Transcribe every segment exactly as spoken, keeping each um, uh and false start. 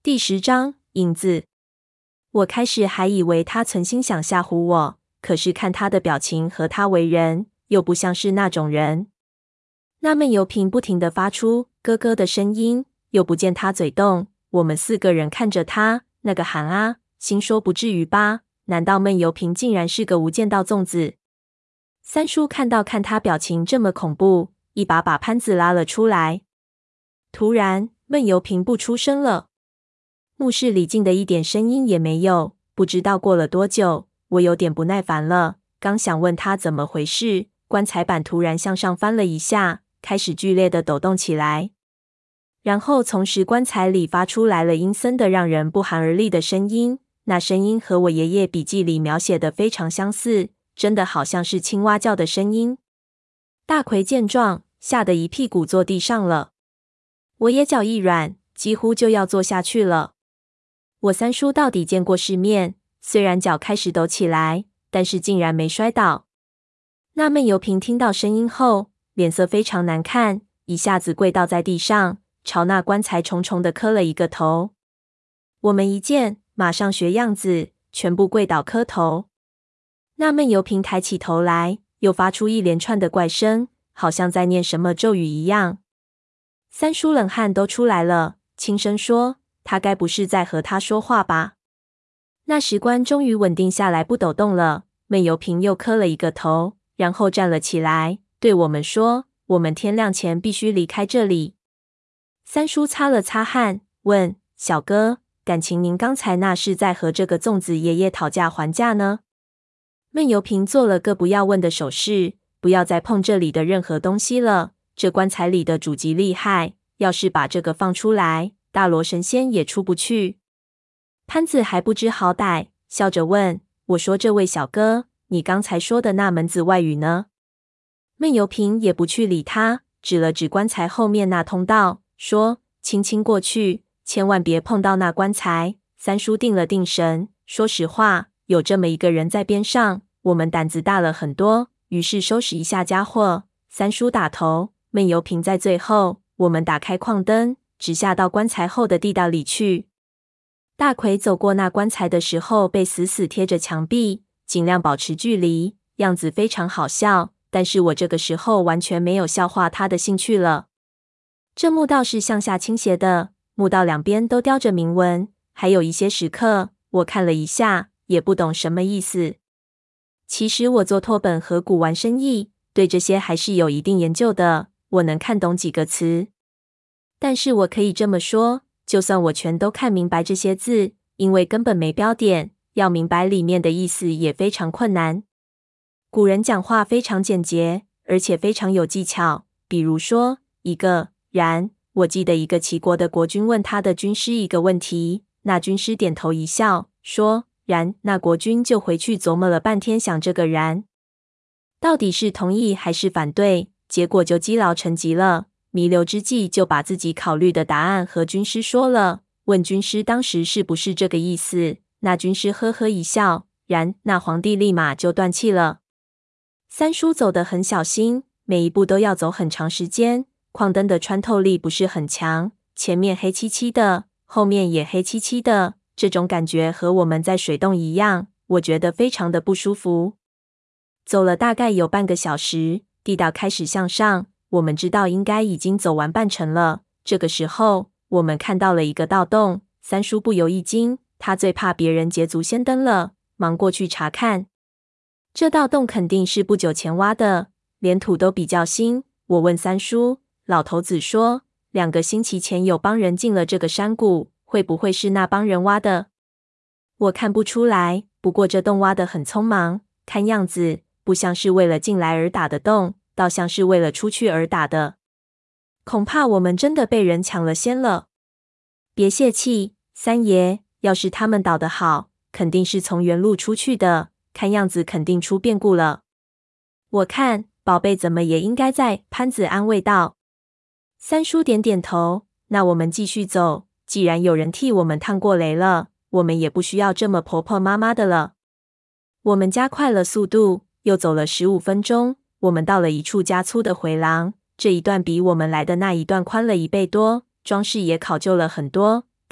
第十章影子。我开始还以为他存心想吓唬我，可是看他的表情和他为人，又不像是那种人。那闷油瓶不停地发出咯咯的声音，又不见他嘴动。我们四个人看着他，那个喊啊，心说不至于吧？难道闷油瓶竟然是个无间道粽子？三叔看到看他表情这么恐怖，一把把潘子拉了出来。突然，闷油瓶不出声了。墓室里静的一点声音也没有，不知道过了多久，我有点不耐烦了，刚想问他怎么回事，棺材板突然向上翻了一下，开始剧烈的抖动起来。然后从石棺材里发出来了阴森的让人不寒而栗的声音，那声音和我爷爷笔记里描写的非常相似，真的好像是青蛙叫的声音。大奎见状，吓得一屁股坐地上了。我也脚一软，几乎就要坐下去了。我三叔到底见过世面，虽然脚开始抖起来，但是竟然没摔倒。那闷油瓶听到声音后，脸色非常难看，一下子跪倒在地上，朝那棺材重重的磕了一个头。我们一见，马上学样子，全部跪倒磕头。那闷油瓶抬起头来，又发出一连串的怪声，好像在念什么咒语一样。三叔冷汗都出来了，轻声说：“他该不是在和他说话吧？”那石棺终于稳定下来，不抖动了。闷油瓶又磕了一个头，然后站了起来，对我们说：“我们天亮前必须离开这里。”三叔擦了擦汗，问：“小哥，感情您刚才那是在和这个粽子爷爷讨价还价呢？”闷油瓶做了个不要问的手势，不要再碰这里的任何东西了。这棺材里的主极厉害，要是把这个放出来，大罗神仙也出不去。潘子还不知好歹，笑着问：“我说这位小哥，你刚才说的那门子外语呢？”闷油瓶也不去理他，指了指棺材后面那通道，说：“轻轻过去，千万别碰到那棺材。”三叔定了定神，说实话，有这么一个人在边上，我们胆子大了很多，于是收拾一下家伙。三叔打头，闷油瓶在最后，我们打开矿灯，直下到棺材后的地道里去。大奎走过那棺材的时候，被死死贴着墙壁，尽量保持距离，样子非常好笑。但是我这个时候完全没有笑话他的兴趣了。这墓道是向下倾斜的，墓道两边都雕着铭文，还有一些石刻，我看了一下，也不懂什么意思。其实我做拓本和古玩生意，对这些还是有一定研究的，我能看懂几个词。但是我可以这么说，就算我全都看明白这些字，因为根本没标点，要明白里面的意思也非常困难。古人讲话非常简洁，而且非常有技巧。比如说，一个然，我记得一个齐国的国君问他的军师一个问题，那军师点头一笑，说然，那国君就回去琢磨了半天，想这个然到底是同意还是反对，结果就积劳成疾了。弥留之际，就把自己考虑的答案和军师说了，问军师当时是不是这个意思。那军师呵呵一笑，然，那皇帝立马就断气了。三叔走得很小心，每一步都要走很长时间，矿灯的穿透力不是很强，前面黑漆漆的，后面也黑漆漆的，这种感觉和我们在水洞一样，我觉得非常的不舒服。走了大概有半个小时，地道开始向上，我们知道应该已经走完半程了。这个时候，我们看到了一个盗洞，三叔不由一惊，他最怕别人捷足先登了，忙过去查看。这盗洞肯定是不久前挖的，连土都比较新。我问三叔，老头子说，两个星期前有帮人进了这个山谷，会不会是那帮人挖的？我看不出来，不过这洞挖得很匆忙，看样子不像是为了进来而打的洞，倒像是为了出去而打的。恐怕我们真的被人抢了先了。别泄气，三爷，要是他们倒得好，肯定是从原路出去的，看样子肯定出变故了。我看宝贝怎么也应该在，潘子安慰道。三叔点点头，那我们继续走，既然有人替我们趟过雷了，我们也不需要这么婆婆妈妈的了。我们加快了速度，又走了十五分钟，我们到了一处加粗的回廊，这一段比我们来的那一段宽了一倍多，装饰也考究了很多，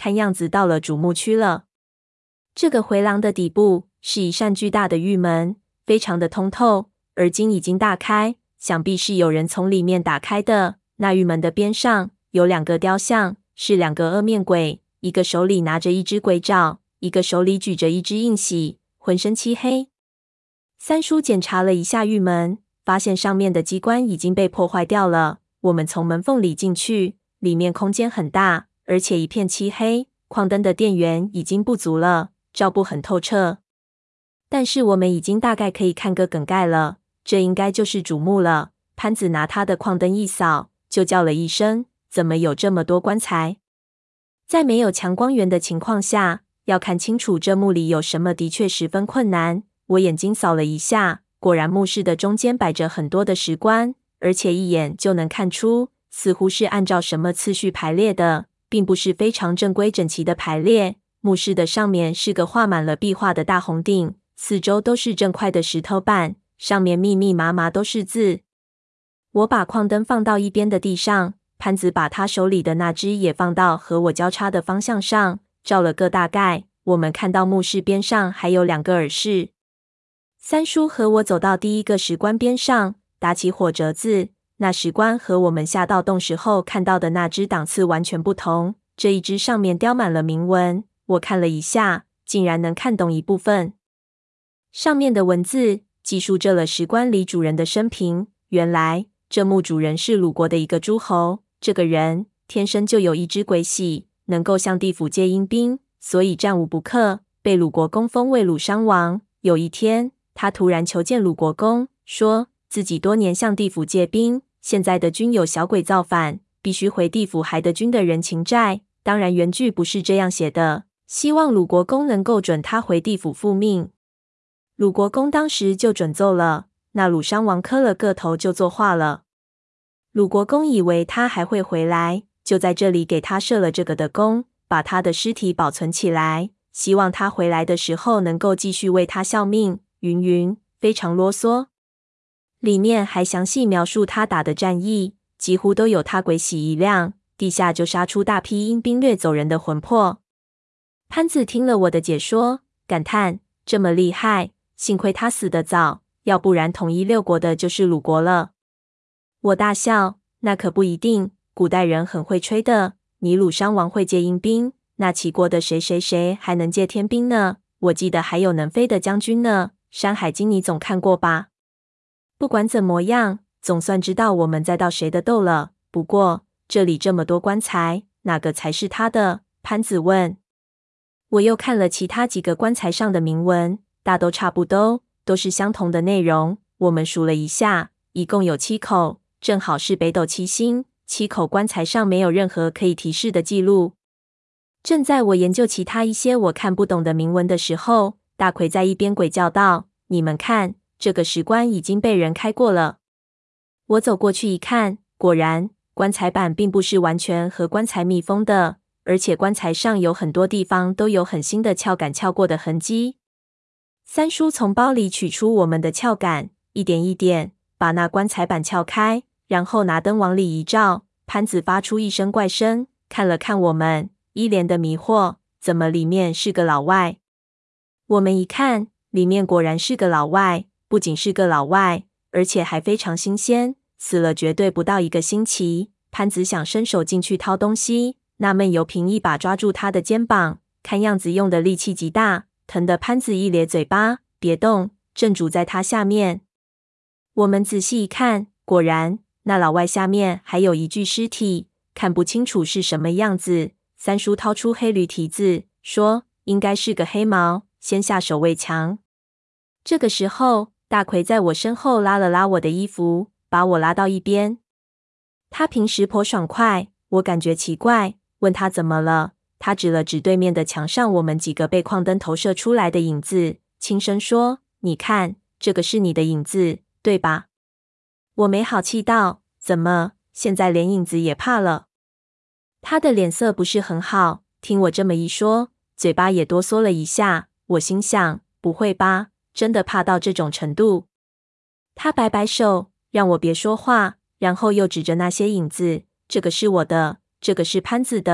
看样子到了主墓区了。这个回廊的底部是一扇巨大的玉门，非常的通透，而今已经大开，想必是有人从里面打开的。那玉门的边上有两个雕像，是两个恶面鬼，一个手里拿着一只鬼爪，一个手里举着一只印玺，浑身漆黑。三叔检查了一下玉门，发现上面的机关已经被破坏掉了。我们从门缝里进去，里面空间很大，而且一片漆黑，矿灯的电源已经不足了，照不很透彻。但是我们已经大概可以看个梗概了，这应该就是主墓了。潘子拿他的矿灯一扫，就叫了一声：怎么有这么多棺材？在没有强光源的情况下，要看清楚这墓里有什么的确十分困难。我眼睛扫了一下，果然墓室的中间摆着很多的石棺，而且一眼就能看出，似乎是按照什么次序排列的，并不是非常正规整齐的排列。墓室的上面是个画满了壁画的大红顶，四周都是正块的石头板，上面密密麻麻都是字。我把矿灯放到一边的地上，潘子把他手里的那只也放到和我交叉的方向上，照了个大概。我们看到墓室边上还有两个耳室。三叔和我走到第一个石棺边上，打起火折子。那石棺和我们下到洞时候看到的那只档次完全不同，这一只上面雕满了铭文，我看了一下，竟然能看懂一部分。上面的文字记述着了石棺里主人的生平。原来这墓主人是鲁国的一个诸侯，这个人天生就有一只鬼玺，能够向地府借阴兵，所以战无不克，被鲁国公封为鲁商王。有一天，他突然求见鲁国公，说自己多年向地府借兵，现在的军有小鬼造反，必须回地府还得军的人情债。当然原句不是这样写的，希望鲁国公能够准他回地府复命。鲁国公当时就准奏了，那鲁商王磕了个头就作画了。鲁国公以为他还会回来，就在这里给他设了这个的宫，把他的尸体保存起来，希望他回来的时候能够继续为他效命，云云，非常啰嗦。里面还详细描述他打的战役，几乎都有他鬼玺一亮，地下就杀出大批阴兵掠走人的魂魄。潘子听了我的解说，感叹这么厉害，幸亏他死得早，要不然统一六国的就是鲁国了。我大笑，那可不一定，古代人很会吹的，你鲁商王会借阴兵，那齐国的谁谁谁还能借天兵呢？我记得还有能飞的将军呢，《山海经》你总看过吧？不管怎么样，总算知道我们在盗谁的斗了。不过这里这么多棺材，哪个才是他的？潘子问。我又看了其他几个棺材上的铭文，大都差不多，都是相同的内容。我们数了一下，一共有七口，正好是北斗七星。七口棺材上没有任何可以提示的记录。正在我研究其他一些我看不懂的铭文的时候，大奎在一边鬼叫道：你们看，这个石棺已经被人开过了。我走过去一看，果然棺材板并不是完全和棺材密封的，而且棺材上有很多地方都有很新的撬杆撬过的痕迹。三叔从包里取出我们的撬杆，一点一点把那棺材板撬开，然后拿灯往里一照。潘子发出一声怪声，看了看我们，一脸的迷惑，怎么里面是个老外？我们一看，里面果然是个老外，不仅是个老外，而且还非常新鲜，死了绝对不到一个星期。潘子想伸手进去掏东西，那闷油瓶一把抓住他的肩膀，看样子用的力气极大，疼得潘子一咧嘴巴，别动，正主在他下面。我们仔细一看，果然那老外下面还有一具尸体，看不清楚是什么样子。三叔掏出黑驴蹄子，说应该是个黑毛，先下手为强。这个时候，大奎在我身后拉了拉我的衣服，把我拉到一边。他平时颇爽快，我感觉奇怪，问他怎么了。他指了指对面的墙上我们几个被矿灯投射出来的影子，轻声说：你看，这个是你的影子，对吧？我没好气道：怎么，现在连影子也怕了？他的脸色不是很好，听我这么一说，嘴巴也哆嗦了一下。我心想，不会吧，真的怕到这种程度？他摆摆手，让我别说话，然后又指着那些影子，这个是我的，这个是潘子的，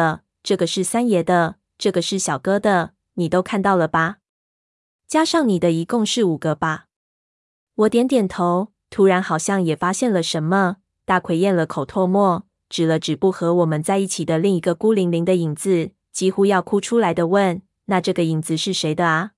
这个是三爷的，这个是小哥的，你都看到了吧？加上你的一共是五个吧？我点点头，突然好像也发现了什么。大奎咽了口唾沫，指了指不和我们在一起的另一个孤零零的影子，几乎要哭出来的问：“那这个影子是谁的啊？”